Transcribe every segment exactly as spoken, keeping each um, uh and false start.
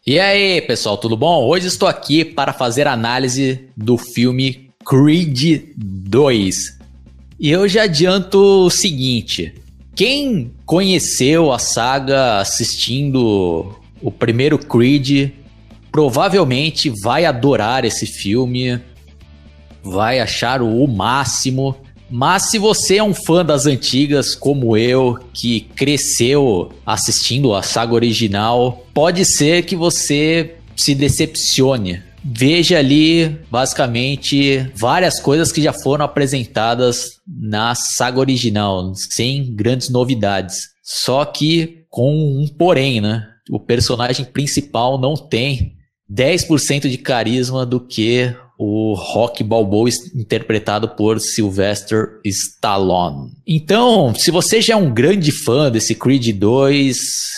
E aí, pessoal, tudo bom? Hoje estou aqui para fazer análise do filme Creed dois. E eu já adianto o seguinte: quem conheceu a saga assistindo o primeiro Creed provavelmente vai adorar esse filme, vai achar o máximo. Mas se você é um fã das antigas como eu, que cresceu assistindo a saga original, pode ser que você se decepcione. Veja ali, basicamente, várias coisas que já foram apresentadas na saga original, sem grandes novidades. Só que com um porém, né? O personagem principal não tem dez por cento de carisma do que o Rocky Balboa, interpretado por Sylvester Stallone. Então, se você já é um grande fã desse Creed dois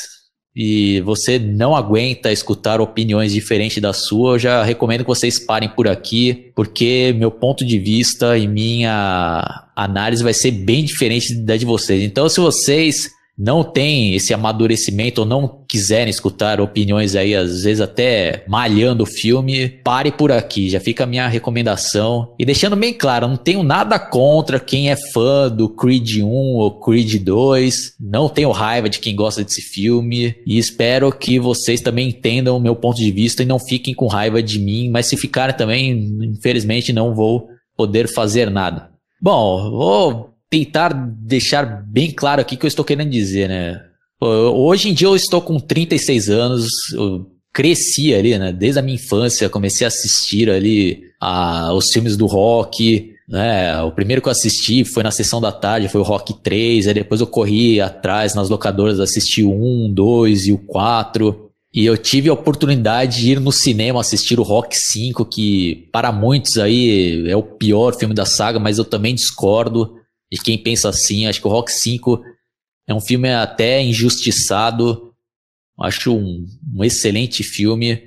e você não aguenta escutar opiniões diferentes da sua, eu já recomendo que vocês parem por aqui, porque meu ponto de vista e minha análise vai ser bem diferente da de vocês. Então, se vocês não têm esse amadurecimento ou não quiserem escutar opiniões aí, às vezes até malhando o filme, pare por aqui, já fica a minha recomendação. E deixando bem claro, não tenho nada contra quem é fã do Creed um ou Creed dois, não tenho raiva de quem gosta desse filme, e espero que vocês também entendam o meu ponto de vista e não fiquem com raiva de mim, mas se ficarem também, infelizmente não vou poder fazer nada. Bom, vou tentar deixar bem claro aqui o que eu estou querendo dizer, né? Hoje em dia eu estou com trinta e seis anos, eu cresci ali, né? Desde a minha infância, comecei a assistir ali a, os filmes do Rocky, né? O primeiro que eu assisti foi na sessão da tarde, foi o Rocky três, aí depois eu corri atrás nas locadoras, assisti o um, dois e o quatro, e eu tive a oportunidade de ir no cinema assistir o Rocky cinco, que para muitos aí é o pior filme da saga, mas eu também discordo de quem pensa assim. Acho que o Rocky cinco é um filme até injustiçado. Acho um, um excelente filme.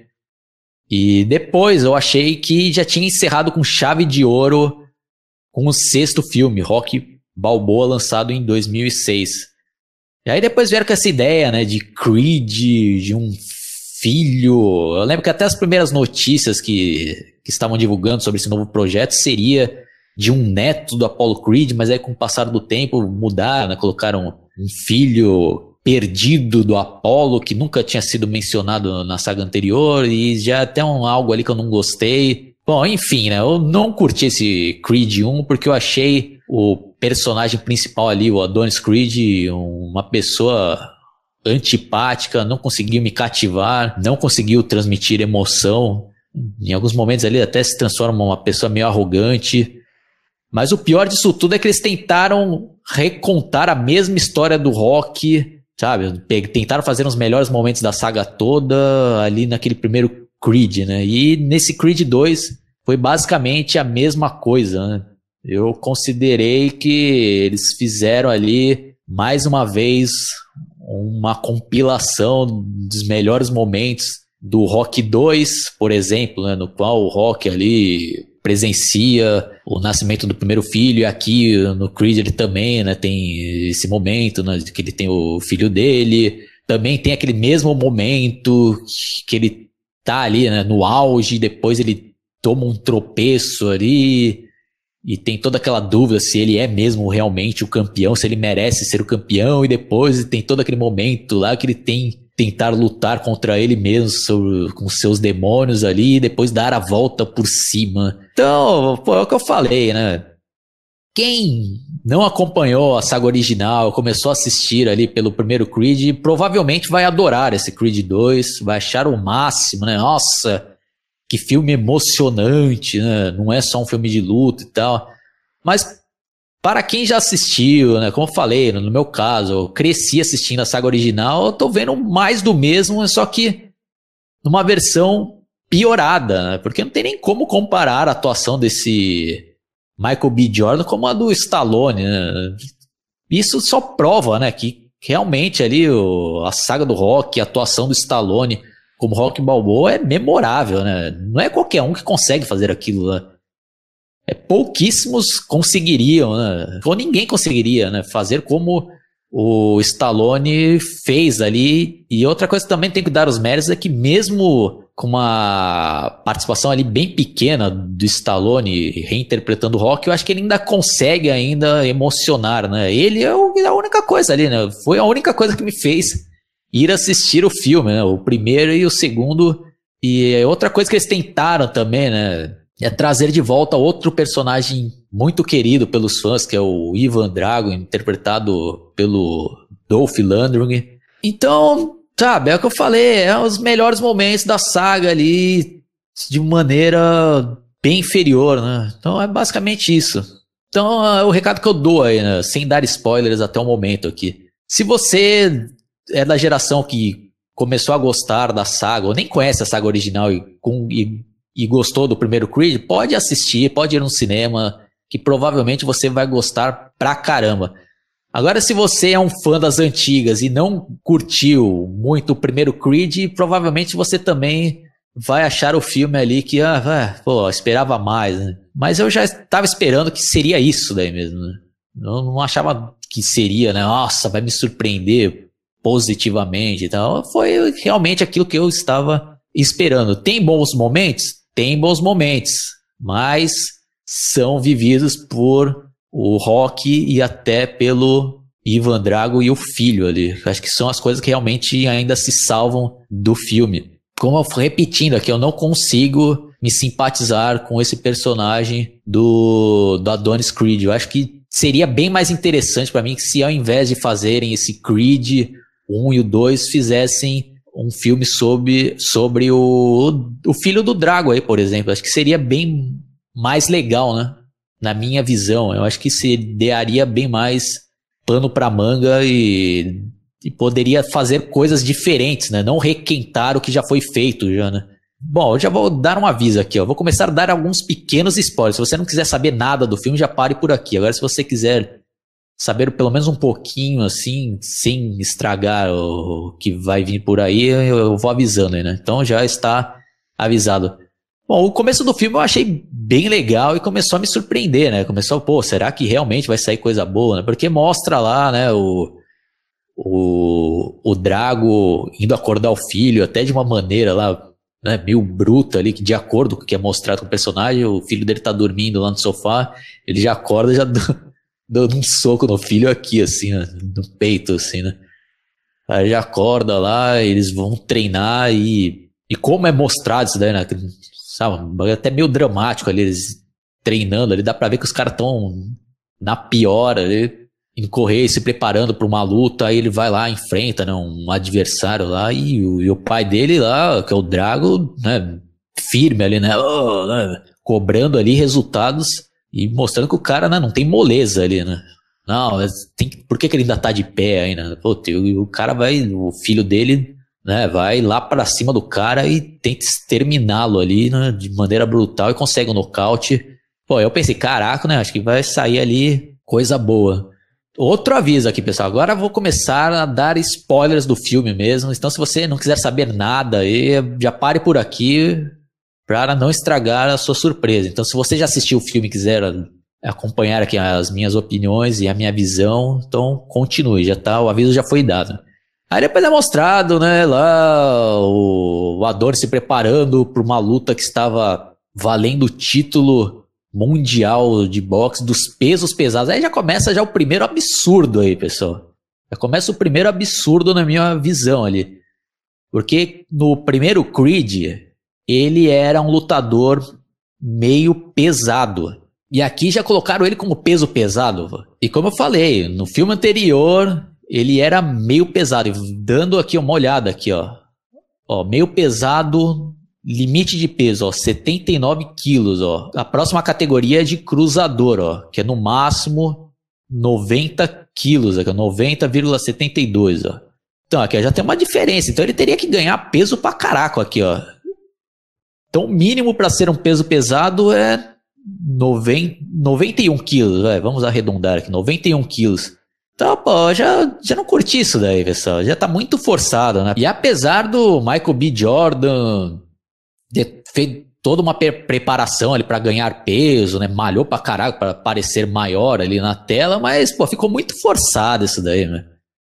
E depois eu achei que já tinha encerrado com chave de ouro com o sexto filme, Rocky Balboa, lançado em dois mil e seis. E aí depois vieram com essa ideia, né, de Creed, de um filho. Eu lembro que até as primeiras notícias que, que estavam divulgando sobre esse novo projeto seria de um neto do Apollo Creed, mas aí com o passar do tempo mudaram, né? Colocaram um filho perdido do Apollo, que nunca tinha sido mencionado na saga anterior, e já até um, algo ali que eu não gostei. Bom, enfim, né? Eu não curti esse Creed um porque eu achei o personagem principal ali, o Adonis Creed, uma pessoa antipática, não conseguiu me cativar, não conseguiu transmitir emoção. Em alguns momentos ali até se transforma em uma pessoa meio arrogante. Mas o pior disso tudo é que eles tentaram recontar a mesma história do Rocky, sabe? Tentaram fazer os melhores momentos da saga toda ali naquele primeiro Creed, né? E nesse Creed dois foi basicamente a mesma coisa, né? Eu considerei que eles fizeram ali, mais uma vez, uma compilação dos melhores momentos do Rocky dois, por exemplo, né? No qual o Rocky ali presencia o nascimento do primeiro filho, e aqui no Creed ele também, né, tem esse momento, né, que ele tem o filho dele, também tem aquele mesmo momento que ele tá ali, né, no auge, depois ele toma um tropeço ali, e tem toda aquela dúvida se ele é mesmo realmente o campeão, se ele merece ser o campeão, e depois tem todo aquele momento lá que ele tem tentar lutar contra ele mesmo, sobre, com seus demônios ali, e depois dar a volta por cima. Então, pô, é o que eu falei, né? Quem não acompanhou a saga original, começou a assistir ali pelo primeiro Creed, provavelmente vai adorar esse Creed dois, vai achar o máximo, né? Nossa, que filme emocionante, né? Não é só um filme de luta e tal. Mas para quem já assistiu, né, como eu falei, no meu caso, eu cresci assistindo a saga original, eu tô vendo mais do mesmo, só que numa versão piorada, né, porque não tem nem como comparar a atuação desse Michael B. Jordan como a do Stallone, né? Isso só prova, né, que realmente ali o, a saga do Rocky, a atuação do Stallone como Rocky Balboa é memorável, né? Não é qualquer um que consegue fazer aquilo, né? É, pouquíssimos conseguiriam, né? Ou ninguém conseguiria, né, fazer como o Stallone fez ali. E outra coisa que também tem que dar os méritos é que mesmo com uma participação ali bem pequena do Stallone reinterpretando o Rock, eu acho que ele ainda consegue ainda emocionar, né? Ele é a única coisa ali, né? Foi a única coisa que me fez ir assistir o filme, né? O primeiro e o segundo. E outra coisa que eles tentaram também, né? É trazer de volta outro personagem muito querido pelos fãs, que é o Ivan Drago, interpretado pelo Dolph Lundgren. Então, sabe, é o que eu falei, é os melhores momentos da saga ali, de maneira bem inferior, né? Então é basicamente isso. Então é o recado que eu dou aí, né? Sem dar spoilers até o momento aqui. Se você é da geração que começou a gostar da saga, ou nem conhece a saga original e, com, e, e gostou do primeiro Creed, pode assistir, pode ir no cinema, que provavelmente você vai gostar pra caramba. Agora, se você é um fã das antigas e não curtiu muito o primeiro Creed, provavelmente você também vai achar o filme ali que, ah, ah pô, esperava mais, né? Mas eu já estava esperando que seria isso daí mesmo, né? Eu não achava que seria, né? Nossa, vai me surpreender positivamente e tal. Foi realmente aquilo que eu estava esperando. Tem bons momentos? Tem bons momentos, mas são vividos por o Rock e até pelo Ivan Drago e o filho ali. Acho que são as coisas que realmente ainda se salvam do filme. Como eu fui repetindo aqui, eu não consigo me simpatizar com esse personagem do, do Adonis Creed. Eu acho que seria bem mais interessante para mim que se ao invés de fazerem esse Creed um e o dois, fizessem um filme sobre, sobre o, o filho do Drago aí, por exemplo. Acho que seria bem mais legal, né? Na minha visão, eu acho que se daria bem mais pano pra manga e, e poderia fazer coisas diferentes, né? Não requentar o que já foi feito, já, né? Bom, eu já vou dar um aviso aqui, ó. Vou começar a dar alguns pequenos spoilers. Se você não quiser saber nada do filme, já pare por aqui. Agora, se você quiser saber pelo menos um pouquinho, assim, sem estragar o que vai vir por aí, eu vou avisando aí, né? Então já está avisado. Bom, o começo do filme eu achei bem legal e começou a me surpreender, né? Começou, pô, será que realmente vai sair coisa boa, né? Porque mostra lá, né, o, o, o Drago indo acordar o filho, até de uma maneira lá, né, meio bruta ali, que de acordo com o que é mostrado com o personagem, o filho dele tá dormindo lá no sofá, ele já acorda, já dando um soco no filho aqui, assim, né, no peito, assim, né? Aí já acorda lá, eles vão treinar e, e como é mostrado isso daí, né? Sabe, até meio dramático ali, eles treinando ali, dá pra ver que os caras estão na pior ali, em correr e se preparando pra uma luta, aí ele vai lá, enfrenta, né, um adversário lá, e o, e o pai dele lá, que é o Drago, né, firme ali, né, oh, né, cobrando ali resultados e mostrando que o cara, né, não tem moleza ali, né. Não, tem, por que que ele ainda tá de pé ainda? Pô, o, o cara vai, o filho dele, né, vai lá pra cima do cara e tenta exterminá-lo ali, né, de maneira brutal e consegue um nocaute. Pô, eu pensei, caraca, né, acho que vai sair ali coisa boa. Outro aviso aqui, pessoal, agora eu vou começar a dar spoilers do filme mesmo, então se você não quiser saber nada aí, já pare por aqui para não estragar a sua surpresa. Então se você já assistiu o filme e quiser acompanhar aqui as minhas opiniões e a minha visão, então continue, já tá, o aviso já foi dado. Aí depois é mostrado, né, lá o, o Adonis se preparando para uma luta que estava valendo o título mundial de boxe dos pesos pesados. Aí já começa já o primeiro absurdo aí, pessoal. Já começa o primeiro absurdo na minha visão ali. Porque no primeiro Creed, ele era um lutador meio pesado. E aqui já colocaram ele como peso pesado. E como eu falei, no filme anterior ele era meio pesado, dando aqui uma olhada aqui, ó, ó, meio pesado, limite de peso, ó, setenta e nove quilos, ó. A próxima categoria é de cruzador, ó, que é no máximo noventa quilos, aqui, noventa vírgula setenta e dois, ó. Então aqui ó, já tem uma diferença, então ele teria que ganhar peso pra caraca aqui, ó. Então o mínimo para ser um peso pesado é noventa, noventa e um quilos, vai, vamos arredondar aqui, noventa e um quilos. Então, pô, já, já não curti isso daí, pessoal. Já tá muito forçado, né? E apesar do Michael B. Jordan ter feito toda uma pre- preparação ali pra ganhar peso, né? Malhou pra caralho pra parecer maior ali na tela, mas, pô, ficou muito forçado isso daí, né?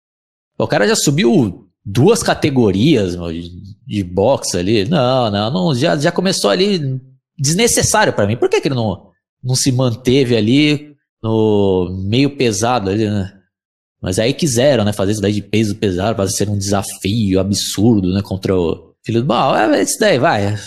O cara já subiu duas categorias, meu, de, de boxe ali. Não, não, não já, já começou ali desnecessário pra mim. Por que que ele não, não se manteve ali no meio pesado ali, né? Mas aí quiseram, né, fazer isso daí de peso pesado para ser um desafio absurdo, né, contra o filho do mal. É, isso daí, vai.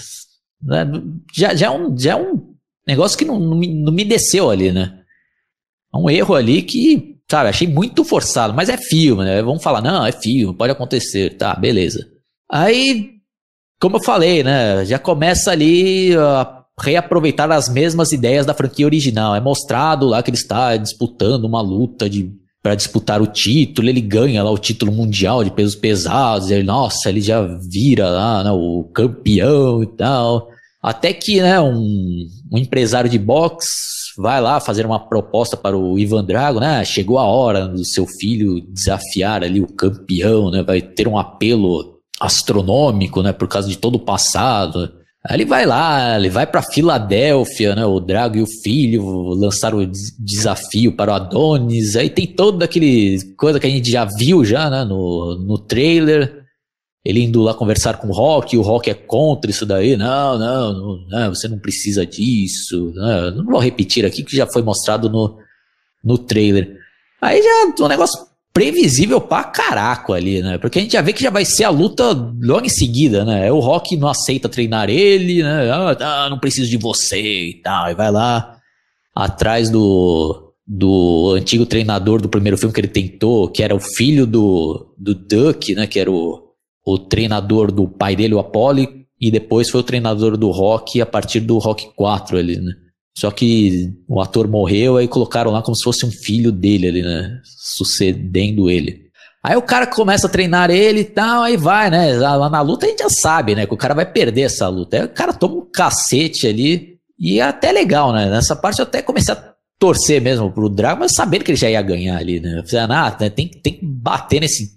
Já, já, é um, já é um negócio que não, não, me, não me desceu ali, né? É um erro ali que, sabe, achei muito forçado. Mas é filme, né? Vamos falar, não, é filme, pode acontecer. Tá, beleza. Aí, como eu falei, né, já começa ali a reaproveitar as mesmas ideias da franquia original. É mostrado lá que ele está disputando uma luta de para disputar o título, ele ganha lá o título mundial de pesos pesados, ele, nossa, ele já vira lá, né, o campeão e tal. Até que, né, um, um empresário de boxe vai lá fazer uma proposta para o Ivan Drago, né, chegou a hora do seu filho desafiar ali o campeão, né, vai ter um apelo astronômico, né, por causa de todo o passado. Aí ele vai lá, ele vai pra Filadélfia, né, o Drago e o filho lançaram o des- desafio para o Adonis, aí tem toda aquele coisa que a gente já viu já, né, no, no trailer, ele indo lá conversar com o Rock, e o Rock é contra isso daí, não, não, não, não, você não precisa disso, né, não vou repetir aqui que já foi mostrado no, no trailer. Aí já um negócio previsível pra caraco ali, né? Porque a gente já vê que já vai ser a luta logo em seguida, né? O Rock não aceita treinar ele, né? Ah, não preciso de você e tal. E vai lá atrás do, do antigo treinador do primeiro filme que ele tentou, que era o filho do, do Duck, né? Que era o, o treinador do pai dele, o Apollo, e depois foi o treinador do Rock a partir do Rock quatro ali, né? Só que o ator morreu, aí colocaram lá como se fosse um filho dele ali, né? Sucedendo ele. Aí o cara começa a treinar ele e tal, aí vai, né? Lá na luta a gente já sabe, né? Que o cara vai perder essa luta. Aí o cara toma um cacete ali. E é até legal, né? Nessa parte eu até comecei a torcer mesmo pro Drago, mas sabendo que ele já ia ganhar ali, né? Eu falei, ah, tem, tem que bater nesse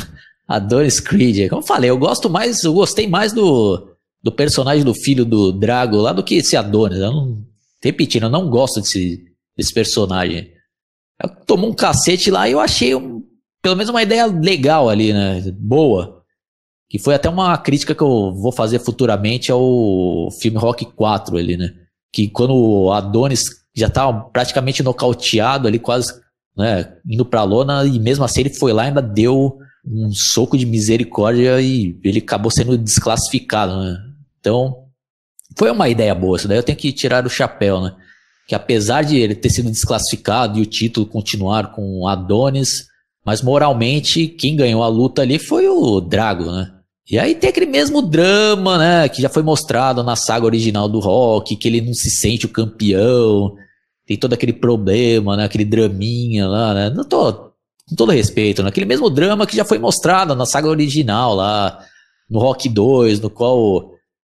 Adonis Creed. Como eu falei, eu gosto mais, eu gostei mais do, do personagem do filho do Drago lá do que esse Adonis. Eu não. Repetindo, eu não gosto desse, desse personagem. Eu tomou um cacete lá e eu achei um, pelo menos uma ideia legal ali, né? Boa. Que foi até uma crítica que eu vou fazer futuramente ao filme Rock quatro ali, né? Que quando o Adonis já estava praticamente nocauteado ali, quase, né, indo pra lona, e mesmo assim ele foi lá e ainda deu um soco de misericórdia e ele acabou sendo desclassificado, né? Então, foi uma ideia boa, isso daí eu tenho que tirar o chapéu, né? Que apesar de ele ter sido desclassificado e o título continuar com o Adonis, mas moralmente quem ganhou a luta ali foi o Drago, né? E aí tem aquele mesmo drama, né? Que já foi mostrado na saga original do Rock, que ele não se sente o campeão, tem todo aquele problema, né? Aquele draminha lá, né? Não tô, com todo respeito, né? Aquele mesmo drama que já foi mostrado na saga original lá, no Rock dois, no qual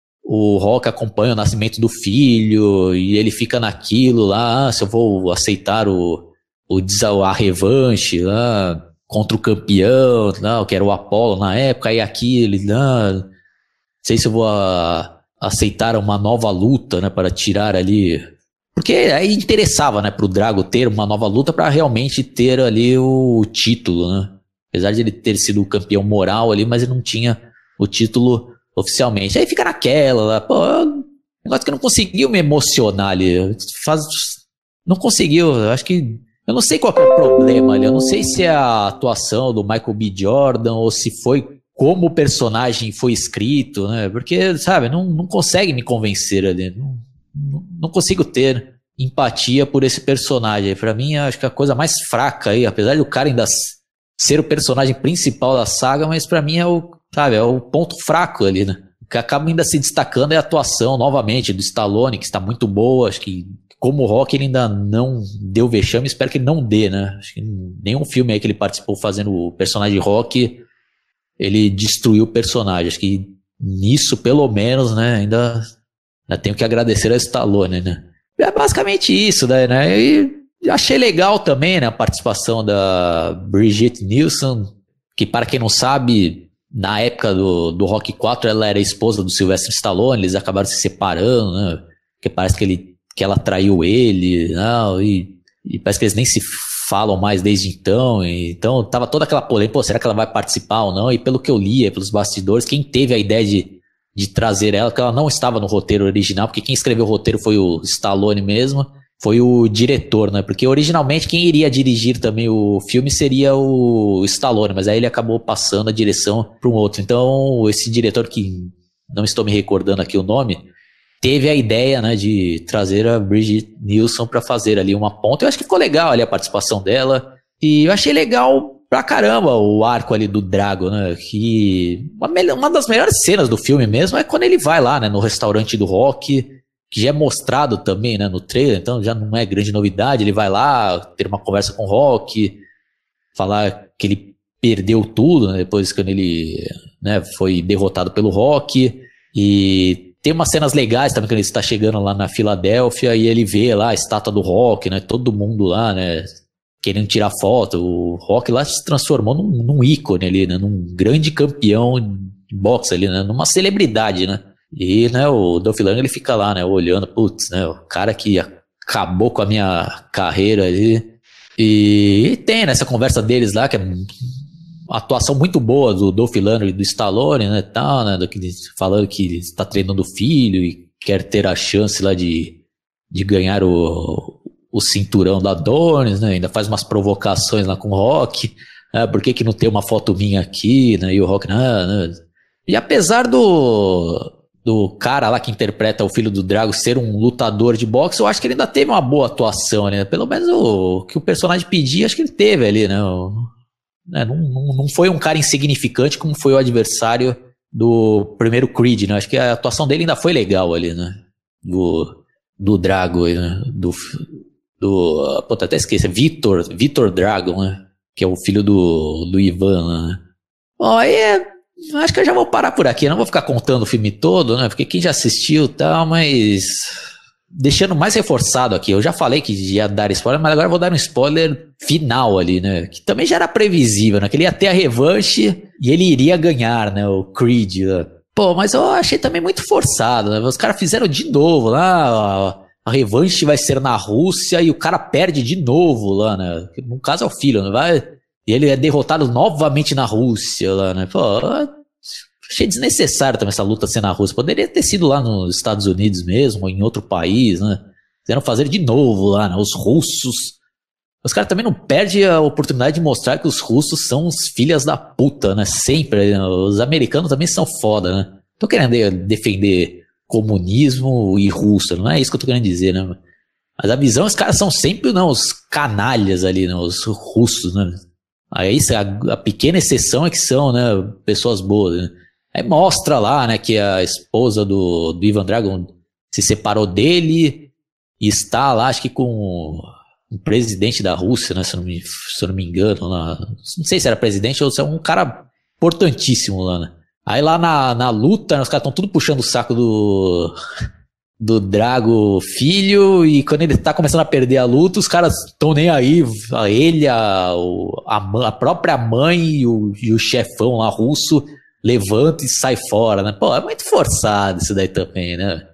o Rock acompanha o nascimento do filho e ele fica naquilo lá, ah, se eu vou aceitar o, o, a revanche lá contra o campeão, não, que era o Apollo na época, aí aqui ele, não, não sei se eu vou a, aceitar uma nova luta, né, para tirar ali, porque aí interessava, né, pro Drago ter uma nova luta para realmente ter ali o título, né, apesar de ele ter sido o campeão moral ali, mas ele não tinha o título oficialmente. Aí fica naquela lá, pô, negócio que não conseguiu me emocionar ali. Faz, não conseguiu, eu acho que. Eu não sei qual que é o problema ali. Eu não sei se é a atuação do Michael B. Jordan ou se foi como o personagem foi escrito, né? Porque, sabe, não, não consegue me convencer ali. Não, não, não consigo ter empatia por esse personagem. Pra mim, acho que a coisa mais fraca aí, apesar do cara ainda ser o personagem principal da saga, mas pra mim é o. Sabe, é o ponto fraco ali, né? O que acaba ainda se destacando é a atuação, novamente, do Stallone, que está muito boa. Acho que, como o Rock, ele ainda não deu vexame, espero que ele não dê, né? Acho que nenhum filme aí que ele participou fazendo o personagem Rock, ele destruiu o personagem. Acho que nisso, pelo menos, né, ainda, ainda tenho que agradecer a Stallone, né? É basicamente isso, né? E achei legal também, né, a participação da Brigitte Nielsen, que, para quem não sabe, na época do, do Rock quatro, ela era esposa do Sylvester Stallone, eles acabaram se separando, né? Porque parece que, ele, que ela traiu ele, não, e, e parece que eles nem se falam mais desde então. E, então tava toda aquela polêmica, pô, será que ela vai participar ou não? E pelo que eu li, pelos bastidores, quem teve a ideia de, de trazer ela, que ela não estava no roteiro original, porque quem escreveu o roteiro foi o Stallone mesmo, foi o diretor, né? Porque originalmente quem iria dirigir também o filme seria o Stallone, mas aí ele acabou passando a direção para um outro. Então esse diretor, que não estou me recordando aqui o nome, teve a ideia, né, de trazer a Brigitte Nielsen para fazer ali uma ponta. Eu acho que ficou legal ali a participação dela. E eu achei legal pra caramba o arco ali do Drago, né? Que uma, uma das melhores cenas do filme mesmo é quando ele vai lá, né, no restaurante do Rock, que já é mostrado também, né, no trailer, então já não é grande novidade. Ele vai lá ter uma conversa com o Rock, falar que ele perdeu tudo, né, depois quando ele, né, foi derrotado pelo Rock. E tem umas cenas legais também, quando ele está chegando lá na Filadélfia e ele vê lá a estátua do Rock, né? Todo mundo lá, né? Querendo tirar foto. O Rock lá se transformou num, num ícone ali, né? Num grande campeão de boxe ali, né? Numa celebridade, né? E, né, o Dolph Lundgren, ele fica lá, né? Olhando, putz, né? O cara que acabou com a minha carreira ali. E, e tem, né, essa conversa deles lá, que é uma atuação muito boa do Dolph Lundgren e do Stallone, né, tal, né, do que, falando que ele está treinando o filho e quer ter a chance lá de, de ganhar o, o cinturão da Adonis, né, ainda faz umas provocações lá com o Rock, né, por que que não tem uma foto minha aqui, né, e o Rock, não, não. E apesar do, do cara lá que interpreta o filho do Drago ser um lutador de boxe, eu acho que ele ainda teve uma boa atuação, né, pelo menos o que o personagem pedia, acho que ele teve ali, né, o, É, não, não, não foi um cara insignificante como foi o adversário do primeiro Creed, né? Acho que a atuação dele ainda foi legal ali, né? Do, do Drago, né? Do, do puta, até esqueci, Vitor, Vitor Drago, né? Que é o filho do, do Ivan, né? Bom, aí é, acho que eu já vou parar por aqui, não vou ficar contando o filme todo, né? Porque quem já assistiu e tal, mas deixando mais reforçado aqui, eu já falei que ia dar spoiler, mas agora eu vou dar um spoiler final ali, né? Que também já era previsível, né? Que ele ia ter a revanche e ele iria ganhar, né? O Creed, né? Pô, mas eu achei também muito forçado, né? Os caras fizeram de novo lá, a, a revanche vai ser na Rússia e o cara perde de novo lá, né? No caso é o filho, né? Vai, e ele é derrotado novamente na Rússia lá, né? Pô, achei desnecessário também essa luta ser na Rússia. Poderia ter sido lá nos Estados Unidos mesmo, ou em outro país, né? Quiseram fazer de novo lá, né? Os russos. Os caras também não perdem a oportunidade de mostrar que os russos são os filhas da puta, né? Sempre. Né? Os americanos também são foda, né? Tô querendo defender comunismo e Rússia, não é isso que eu tô querendo dizer, né? Mas a visão, os caras são sempre, não, os canalhas ali, né? Os russos, né? Aí a, a pequena exceção é que são, né? Pessoas boas, né? Aí mostra lá, né, que a esposa do, do Ivan Drago se separou dele e está lá, acho que com o presidente da Rússia, né, se eu não me, se eu não me engano. Lá. Não sei se era presidente ou se é um cara importantíssimo lá, né. Aí lá na, na luta, né, os caras estão tudo puxando o saco do, do Drago filho, e quando ele tá começando a perder a luta, os caras estão nem aí, a ele, a, a, a própria mãe e o, e o chefão lá russo levanta e sai fora, né? Pô, é muito forçado isso daí também, né?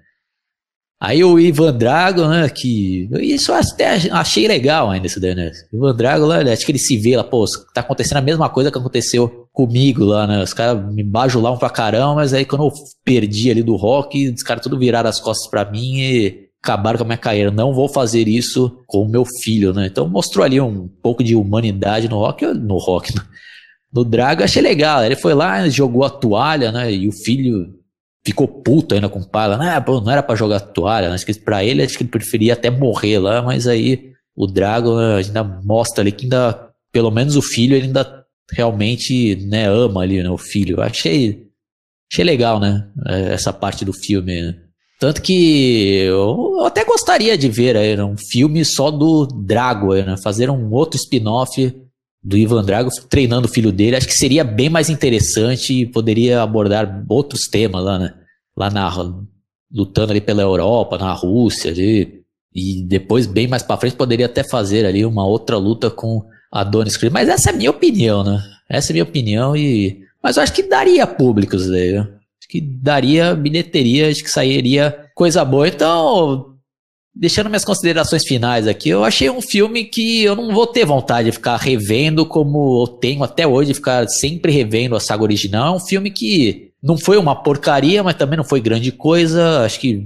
Aí o Ivan Drago, né, que... Isso eu até achei legal ainda isso daí, né? O Ivan Drago lá, acho que ele se vê lá, pô, tá acontecendo a mesma coisa que aconteceu comigo lá, né? Os caras me bajulavam pra caramba, mas aí quando eu perdi ali do Rock, os caras tudo viraram as costas pra mim e acabaram com a minha carreira. Não vou fazer isso com o meu filho, né? Então mostrou ali um pouco de humanidade no Rock, no Rock, né? No Drago, achei legal. Ele foi lá, jogou a toalha, né? E o filho ficou puto ainda com o pai lá. Ah, pô, não era pra jogar a toalha, né? Acho que pra ele, acho que ele preferia até morrer lá. Mas aí o Drago, né, ainda mostra ali que ainda, pelo menos o filho, ele ainda realmente, né, ama ali, né, o filho. Eu achei, achei legal, né? Essa parte do filme, né? Tanto que eu, eu até gostaria de ver aí, né, um filme só do Drago, aí, né? Fazer um outro spin-off do Ivan Drago treinando o filho dele, acho que seria bem mais interessante e poderia abordar outros temas lá, né? Lá na, lutando ali pela Europa, na Rússia ali, e depois bem mais pra frente poderia até fazer ali uma outra luta com Adonis Creed, mas essa é a minha opinião, né? Essa é a minha opinião e... Mas eu acho que daria público isso daí, né? Acho que daria bilheteria, acho que sairia coisa boa, então... deixando minhas considerações finais aqui, eu achei um filme que eu não vou ter vontade de ficar revendo como eu tenho até hoje, de ficar sempre revendo a saga original. É um filme que não foi uma porcaria, mas também não foi grande coisa. Acho que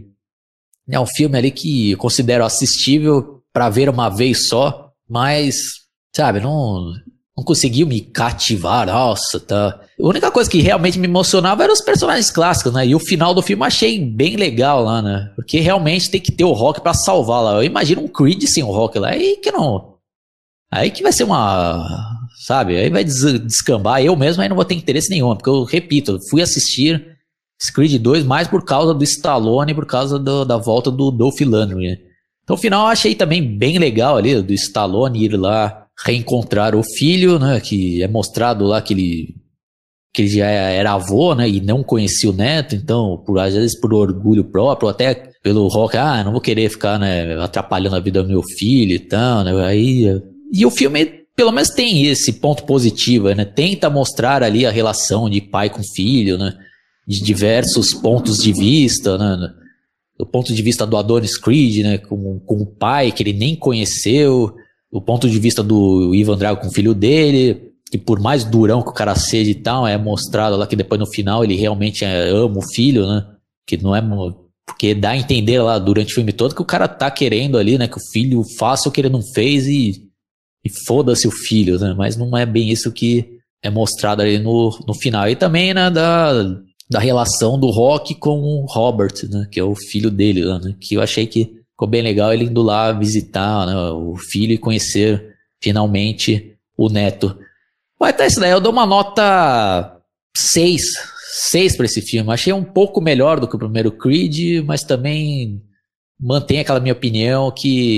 é um filme ali que eu considero assistível pra ver uma vez só, mas, sabe, não, não conseguiu me cativar. Nossa, tá. A única coisa que realmente me emocionava eram os personagens clássicos, né? E o final do filme eu achei bem legal lá, né? Porque realmente tem que ter o Rock pra salvar lá. Eu imagino um Creed sem o Rock lá, aí que não. Aí que vai ser uma. Sabe? Aí vai des- descambar. Eu mesmo aí não vou ter interesse nenhum, porque eu repito, eu fui assistir Creed dois mais por causa do Stallone, por causa do, da volta do Dolph Lundgren, né? Então, o final eu achei também bem legal ali, do Stallone ir lá reencontrar o filho, né? Que é mostrado lá que ele, que ele já era avô, né? E não conhecia o neto, então, por, às vezes por orgulho próprio, até pelo Rock, ah, não vou querer ficar, né, atrapalhando a vida do meu filho e tal, né? Aí, e o filme, pelo menos, tem esse ponto positivo, né? Tenta mostrar ali a relação de pai com filho, né? De diversos pontos de vista, né? Do ponto de vista do Adonis Creed, né? Com, com o pai que ele nem conheceu, o ponto de vista do Ivan Drago com o filho dele, que por mais durão que o cara seja e tal, é mostrado lá que depois no final ele realmente é, ama o filho, né? Que não é... Porque dá a entender lá durante o filme todo que o cara tá querendo ali, né? Que o filho faça o que ele não fez e, e foda-se o filho, né? Mas não é bem isso que é mostrado ali no, no final. E também, né, da... da relação do Rock com o Robert, né, que é o filho dele, né, que eu achei que ficou bem legal ele indo lá visitar, né, o filho e conhecer finalmente o neto. Mas tá isso daí, eu dou uma nota seis, seis para esse filme. Achei um pouco melhor do que o primeiro Creed, mas também mantém aquela minha opinião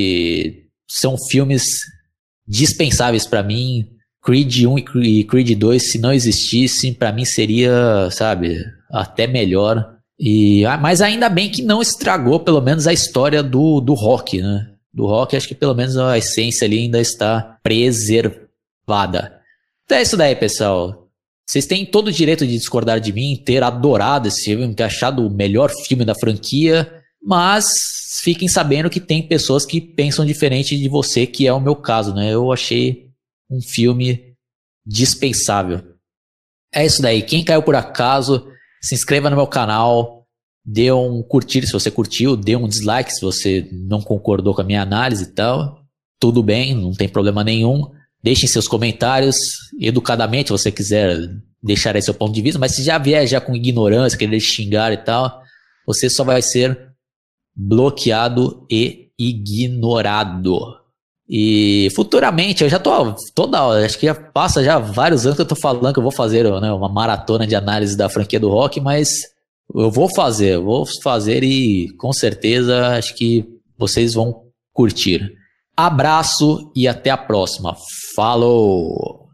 que são filmes dispensáveis para mim. Creed um e Creed dois, se não existissem, pra mim seria, sabe, até melhor. E, mas ainda bem que não estragou, pelo menos, a história do, do Rock, né? Do Rock, acho que pelo menos a essência ali ainda está preservada. Então é isso daí, pessoal. Vocês têm todo o direito de discordar de mim, ter adorado esse filme, ter achado o melhor filme da franquia, mas fiquem sabendo que tem pessoas que pensam diferente de você, que é o meu caso, né? Eu achei um filme dispensável. É isso daí. Quem caiu por acaso, se inscreva no meu canal, dê um curtir se você curtiu, dê um dislike se você não concordou com a minha análise e tal. Tudo bem, não tem problema nenhum. Deixem seus comentários, educadamente, se você quiser deixar aí seu ponto de vista, mas se já vier já com ignorância, querer xingar e tal, você só vai ser bloqueado e ignorado. E futuramente, eu já tô toda hora, acho que já passa já vários anos que eu tô falando que eu vou fazer, né, uma maratona de análise da franquia do Rock, mas eu vou fazer, eu vou fazer e com certeza acho que vocês vão curtir. Abraço e até a próxima. Falou!